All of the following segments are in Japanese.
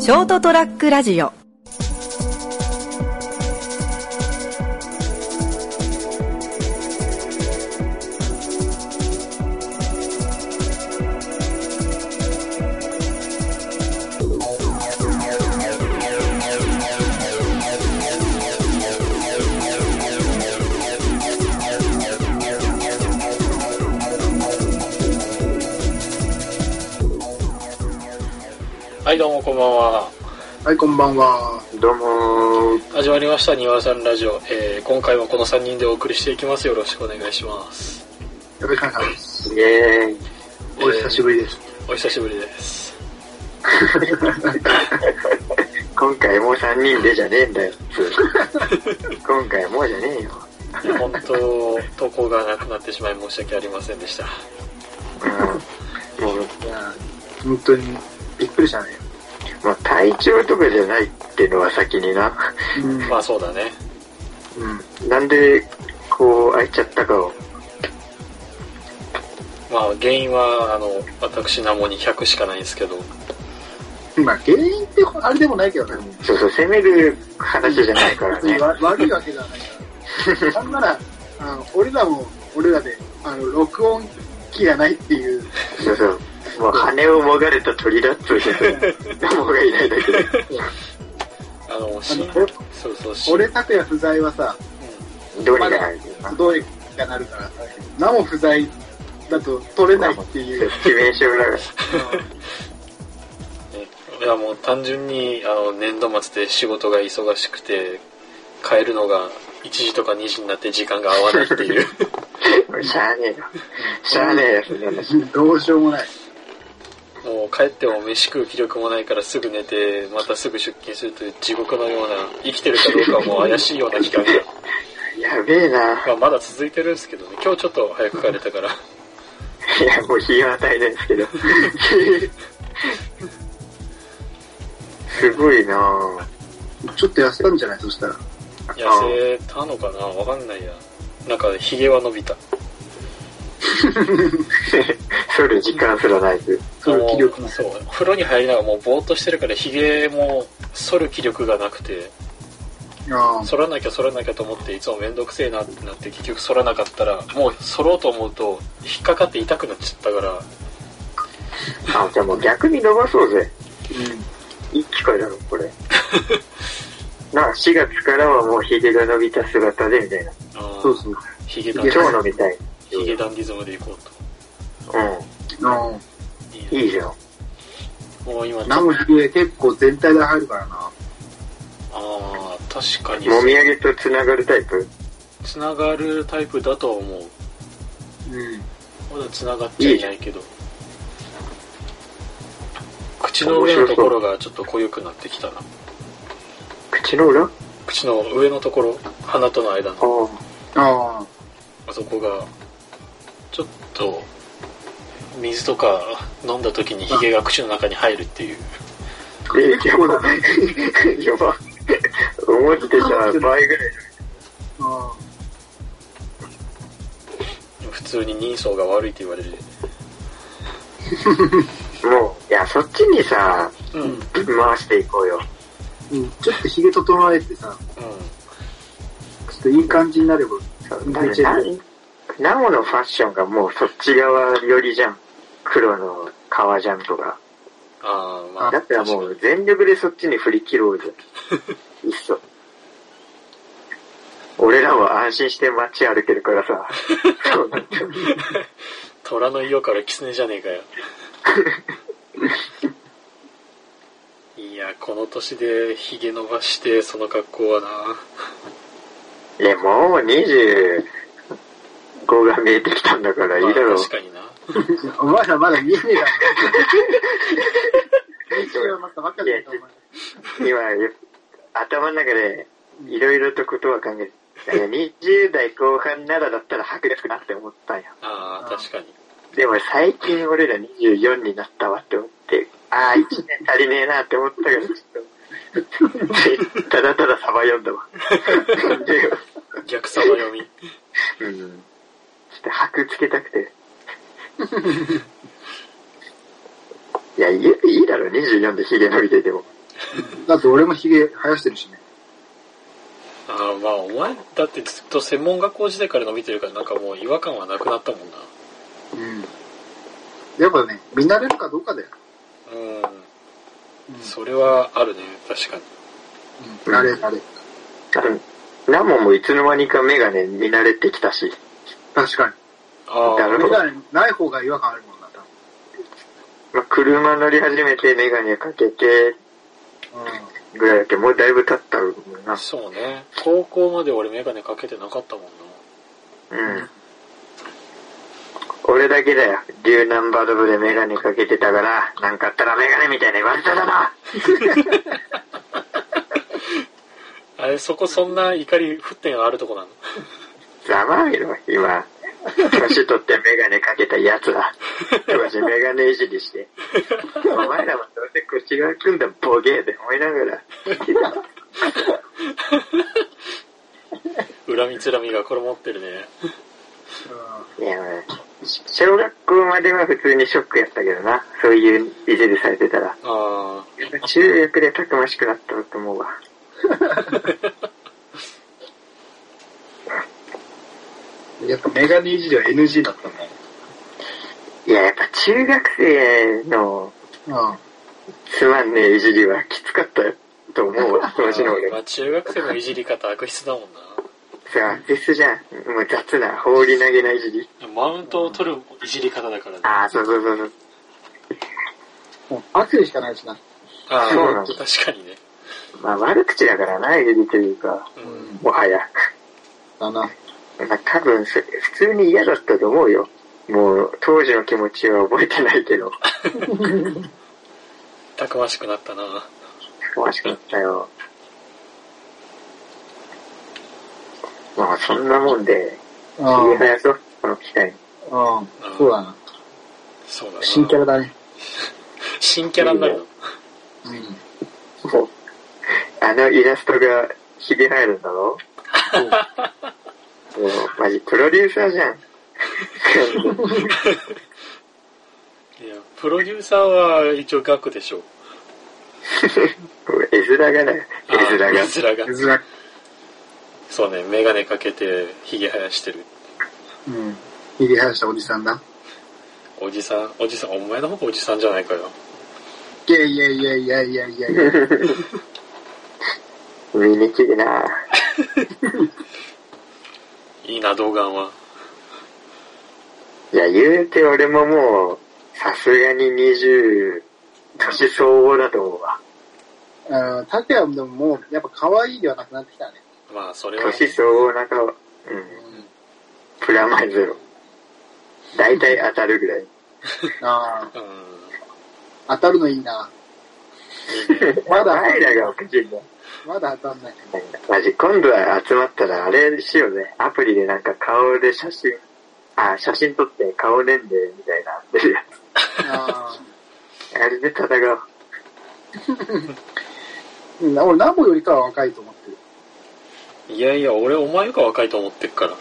ショートトラックラジオ。 はい、どうもこんばんは。 はい、こんばんは。 どうも始まりました庭さんラジオ、今回もこの3人でお送りしていきます。よろしくお願いします。 よろしくお願いします。 イエーイ。 お久しぶりです。 お久しぶりです。 今回も3人でじゃねえんだよ。今回もじゃねえよ。 本当投稿がなくなってしまい申し訳ありませんでした。 もういや、本当にびっくりしたね。 まあ、体調とかじゃないっていうのは先にな。 まあそうだね。 なんでこう開いちゃったかを。 まあ原因は私ナモに100しかないんですけど。 まあ原因ってあれでもないけどね。 そうそう、責める話じゃないからね。 悪いわけじゃないから。なんなら俺らも俺らで録音機がないっていう。 そうそう。もう羽をもがれた鳥だっつうけど、ナモがいないだけで。 そう俺拓也不在はさ、 どうにかなる。 どうにかなるからさ、ナモ不在だと取れないっていう。 致命傷だから。 いやもう単純に年度末で仕事が忙しくて帰るのが1時とか2時になって時間が合わないっていう。 しゃあねえよ。しゃあねえよ、そんな話。 どうしようもない。 もう帰っても飯食う気力もないからすぐ寝てまたすぐ出勤するという地獄のような、生きてるかどうかはもう怪しいような期間がやべえな。 まあまだ続いてるんですけどね。今日ちょっと早く帰れたから。 いや、もう日は与えないですけど。すごいなぁ。 ちょっと痩せたんじゃない？そしたら。 痩せたのかな、わかんないや。なんかヒゲは伸びた。 剃る時間すらないです。 剃る気力も。 そう。風呂に入りながらもうぼーっとしてるからヒゲも剃る気力がなくて。剃らなきゃと思っていつもめんどくせえなってなって結局剃らなかったらもう剃ろうと思うと引っかかって痛くなっちゃったから。 じゃあもう逆に伸ばそうぜ。いい機会だろこれ。4月からはもうヒゲが伸びた姿でみたいな。 そうそう。 ヒゲダンディズム。 今日のみたい。 ヒゲダンディズムでいこうと。いいじゃん。 もう今ナムヒゲ結構全体で入るからな。 確かに。 もみあげとつながるタイプ？ つながるタイプだと思う。まだつながっちゃいないけど。口の上のところがちょっと濃ゆくなってきたな。 口の裏？ 口の上のところ、鼻との間の。あそこがちょっと水とか飲んだ時にヒゲが口の中に入るっていう。 やば。やば。思ってた倍ぐらい。 普通に人相が悪いって言われる。 もう、いや、そっちにさ、回していこうよ。 ちょっとヒゲ整えてさ、ちょっといい感じになれば、 ナモのファッションがもうそっち側寄りじゃん。黒の革ジャンとか。だったらもう全力でそっちに振り切ろうぜ。いっそ。俺らは安心して街歩けるからさ。そうなっちゃう。 虎の色から狐じゃねえかよ。いや、この年でヒゲ伸ばしてその格好はな。 いや、もう25が見えてきたんだからいいだろう。 確かにな。 お前らまだ見えねえだろ。今、頭の中でいろいろとことは考えて、20代後半ならだったら白熱なって思ったんよ。 確かに。 でも最近俺ら24になったわって思って、1年足りねえなって思ったから、ちょっと、ただただサバ読んだわ。 逆サバ読み。 ちょっと箔つけたくて。いや、いいだろ、24でヒゲ伸びてても。 だって俺もヒゲ生やしてるしね。 ああ、まあお前だってずっと専門学校時代からの見てるからなんかもう違和感はなくなったもんな。 やっぱね、見慣れるかどうかだよ。 それはあるね、確かに。 あれ。 ラモンもいつの間にかメガネ見慣れてきたし。 確かに。メガネない方が違和感あるもんな、多分。 まあ、車乗り始めてメガネかけて、ぐらいだけど、もうだいぶ経ったもんな。 そうね。高校まで俺メガネかけてなかったもんな。 俺だけだよ。龍南バド部でメガネかけてたから、なんかあったらメガネみたいな言われただな。 あれ、そんな怒り沸点があるとこなの？ ざまあよ、今。年取ってメガネかけたやつら。当時メガネいじりして。お前らもどうせ口が開くんだボケーって思いながら。 恨みつらみがこれ持ってるね。 いや、小学校までは普通にショックやったけどな。そういういじりされてたら。中学でたくましくなったと思うわ。 やっぱメガネいじりは NG だったんだ。 いや、やっぱ中学生のつまんねえいじりはきつかったよと思うわ、当時の俺。 まあ中学生のいじり方悪質だもんな。 悪質じゃん。もう雑な放り投げないじり。 マウントを取るいじり方だからね。 そう。 悪意しかないしな。 そうなんだ。 確かにね。 まあ悪口だからな、いじりというか、もはや。 だな。 まあ多分普通に嫌だったと思うよ。もう当時の気持ちは覚えてないけど。 たくましくなったな。 たくましくなったよ。まあそんなもんで、ひげ生やそう、この機会に。 そうだな。 そうだな。 新キャラだね。 新キャラになるの？ もう、イラストがひげ生えるんだろ？もう、マジプロデューサーじゃん。 いや、プロデューサーは一応額でしょ。 絵面がね、絵面が。 そうね、メガネかけてヒゲ生やしてる。 ヒゲ生やしたおじさんだ。 おじさん、お前の方がおじさんじゃないかよ。 いや。 見にきるな。 いいな、童顔は。 いや、言うて俺ももう、さすがに20、年相応だと思うわ。 タケはでももう、やっぱ可愛いではなくなってきたね。 まあ、それは、ね。 年相応な顔。プラマイゼロ。大体当たるぐらい。 当たるのいいな。 まだ前らがおかしいんだ。 まだ当たんない。 マジ、今度は集まったらあれしようね。アプリでなんか顔で写真撮って顔年齢みたいなってるやつ。あれで戦おう。 俺、ナボよりかは若いと思ってる。 いや、俺お前よりか若いと思ってっから。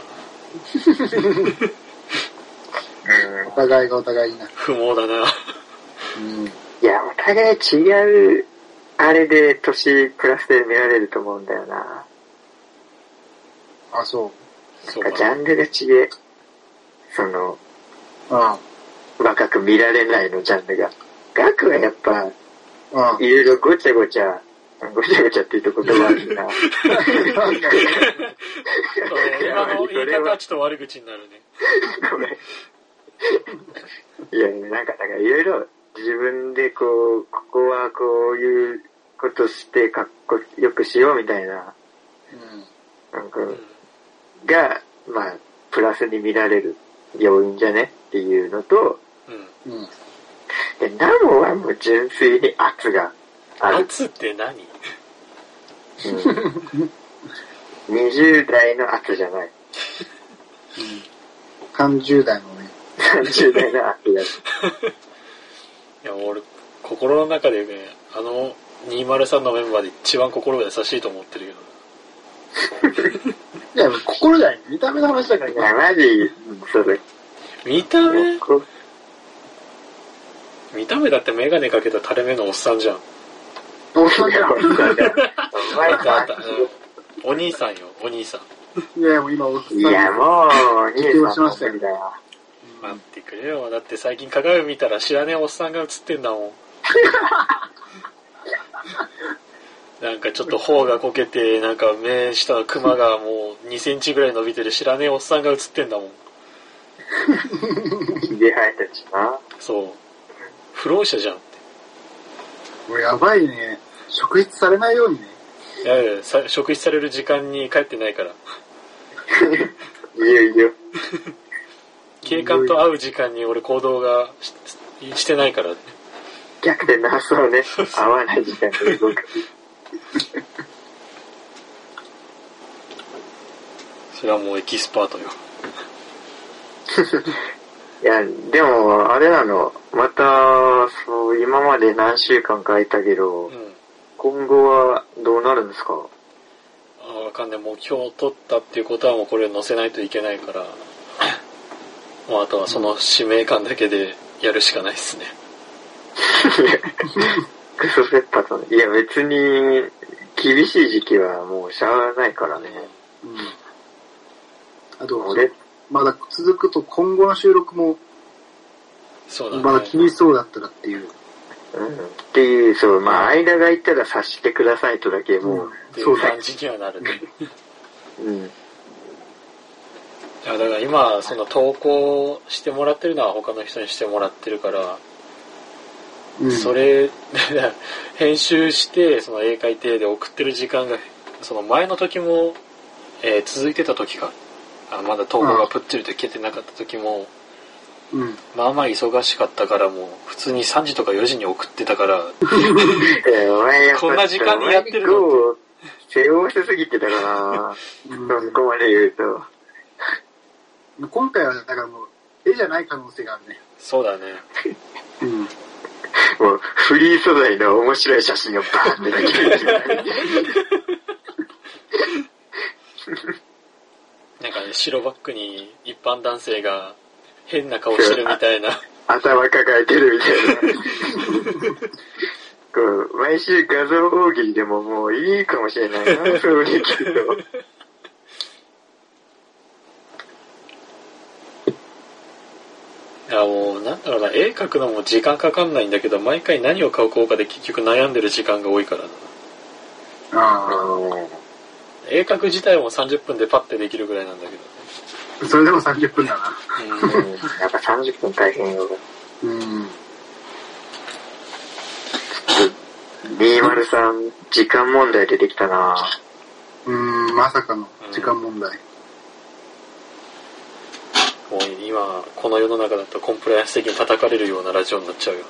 お互いがお互いな。 不毛だな。 いや、お互い違う、あれで年プラスで見られると思うんだよな。 そう。 なんかジャンルが違え。若く見られないの、ジャンルが。額はやっぱ、いろいろごちゃごちゃっていうところがあるな。 今の言い方はちょっと悪口になるね。 ごめん。いや、なんかいろいろ自分でここはこういうことしてかっこよくしようみたいな、なんか、が、まあ、プラスに見られる要因じゃねっていうのと、で、ナモはもう純粋に圧がある。 圧って何 ？20代の圧じゃない。 30代のね。 30代の圧が。 いや、俺、心の中でね、203のメンバーで一番心が優しいと思ってるけど。 いや、心じゃない。見た目の話だから。 いや、マジ、そうだ。 見た目だってメガネかけた垂れ目のおっさんじゃん。 おっさんじゃん。 あった。お兄さんよ、お兄さん。いや、もう今おっさん。 いや、もう、お兄さんも無理だよ。 待ってくれよ。だって最近鏡見たら知らねえおっさんが映ってんだもん。なんかちょっと頬がこけて、なんか目下のクマがもう2センチぐらい伸びてる知らねえおっさんが映ってんだもん。 ひげ生えたしな。 そう。不老者じゃんって。 もうやばいね。職質されないようにね。 いやいや、職質される時間に帰ってないから。 いいよいいよ。 警官と会う時間に俺行動がしてないからね。 逆転の発想ね。合わない時間で動く。 それはもうエキスパートよ。 いや、でも、あれなの、また、そう、今まで何週間か空いたけど、今後はどうなるんですか？ わかんない。目標を取ったっていうことはもうこれ載せないといけないから、もうあとはその使命感だけでやるしかないっすね。 クソ切羽と、いや別に、厳しい時期はもうしゃあないからね。 あと、まだ続くと今後の収録も、 そうだね。 まだ厳しそうだったらっていう。 っていう、そう、まあ、間がいたら察してくださいとだけもう、 そういう感じにはなるね。いや、だから今、その投稿してもらってるのは他の人にしてもらってるから、それ、編集して、その英会定で送ってる時間が、その前の時も、続いてた時か。まだ投稿がプッチリと消えてなかった時も、まあまあ忙しかったからもう普通に3時とか4時に送ってたからこんな時間にやってるのって背負せすぎてたかなそこまで言うと今回はだからもう絵じゃない可能性があるね。 そうだね。 もうフリー素材の面白い写真をバーンってだけなんかね、白バックに一般男性が変な顔してるみたいな。 頭抱えてるみたいな。こう毎週画像大喜利でももういいかもしれないな、そういうけど。 いやもうなんだろうな、絵描くのも時間かかんないんだけど、毎回何を買おうかで結局悩んでる時間が多いからな。絵描く自体も30分でパッてできるぐらいなんだけど。 それでも30分だな。 やっぱ30分大変よ。203時間問題出てきたな。 まさかの時間問題。 もう今この世の中だとコンプライアンス的に叩かれるようなラジオになっちゃうよ。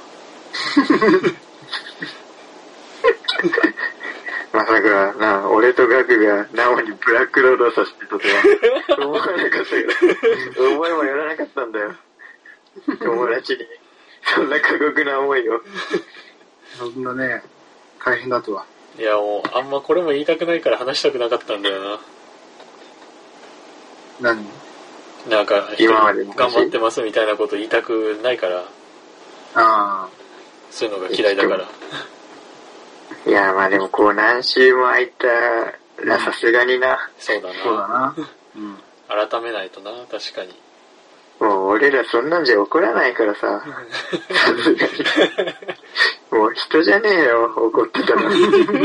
まさかな、俺とガクがナオにブラックロードさせてとは思わなかったよ。お前もやらなかったんだよ。友達にそんな過酷な思いを。 そんなね、大変だとは。 いやもうあんまこれも言いたくないから話したくなかったんだよな。何？ なんか今まで頑張ってますみたいなこと言いたくないから。そういうのが嫌いだから。 いやまあでもこう何週も空いたらさすがにな。 そうだな。 そうだな。 改めないとな、確かに。 もう俺らそんなんじゃ怒らないからさ。もう人じゃねえよ、怒ってたら。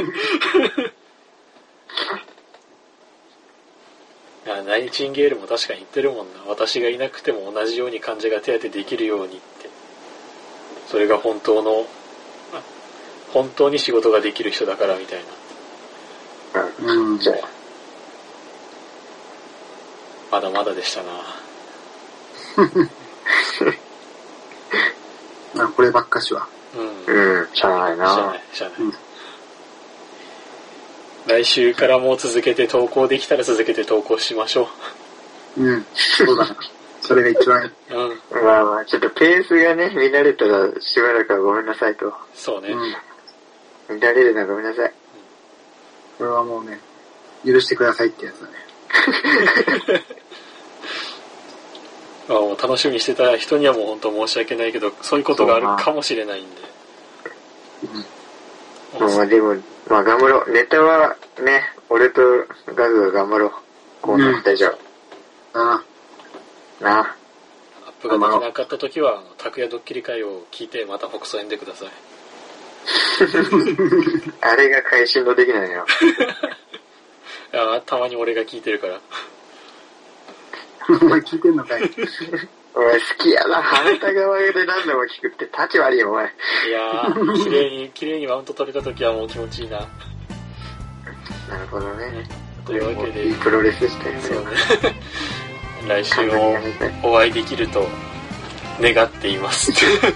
ナイチンゲールも確かに言ってるもんな。私がいなくても同じように患者が手当てできるようにって。それが本当に仕事ができる人だからみたいな。 じゃあまだまだでしたな。こればっかしは。 しゃあないな。 しゃあない。来週からもう続けて投稿できたら続けて投稿しましょう。そうだな。それが一番いい。 まあまあ、ちょっとペースがね、乱れたらしばらくはごめんなさいと。 そうね。 乱れるなごめんなさい。 これはもうね、許してくださいってやつだね。 もう楽しみにしてた人にはもう本当申し訳ないけど、そういうことがあるかもしれないんで。 まあでも、まあ頑張ろう。ネタはね、俺とガズが頑張ろう。こうなった以上。なあ。 アップができなかった時は、拓也ドッキリ会を聞いて、また北総園でください。 あれが会心のできないよ。 いや、たまに俺が聞いてるから。 お前聞いてんのかい。 お前好きやな、羽田側で何度も聞くって立ち悪いよ、お前。 いやー、綺麗にマウント取れた時はもう気持ちいいな。 なるほどね。 というわけで。 いいプロレスしたよね。 そうね。来週もお会いできると願っています。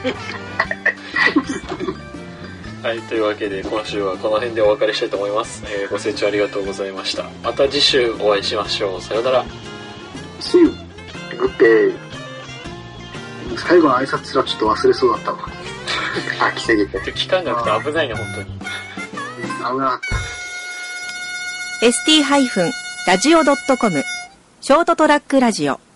はい、というわけで今週はこの辺でお別れしたいと思います。ご清聴ありがとうございました。また次週お会いしましょう。さようなら。 See you. Good day. 最後の挨拶すらちょっと忘れそうだったわ。 飽きすぎて。 期間がなくて危ないね、本当に。 危なかった。 st-radio.com ショートトラックラジオ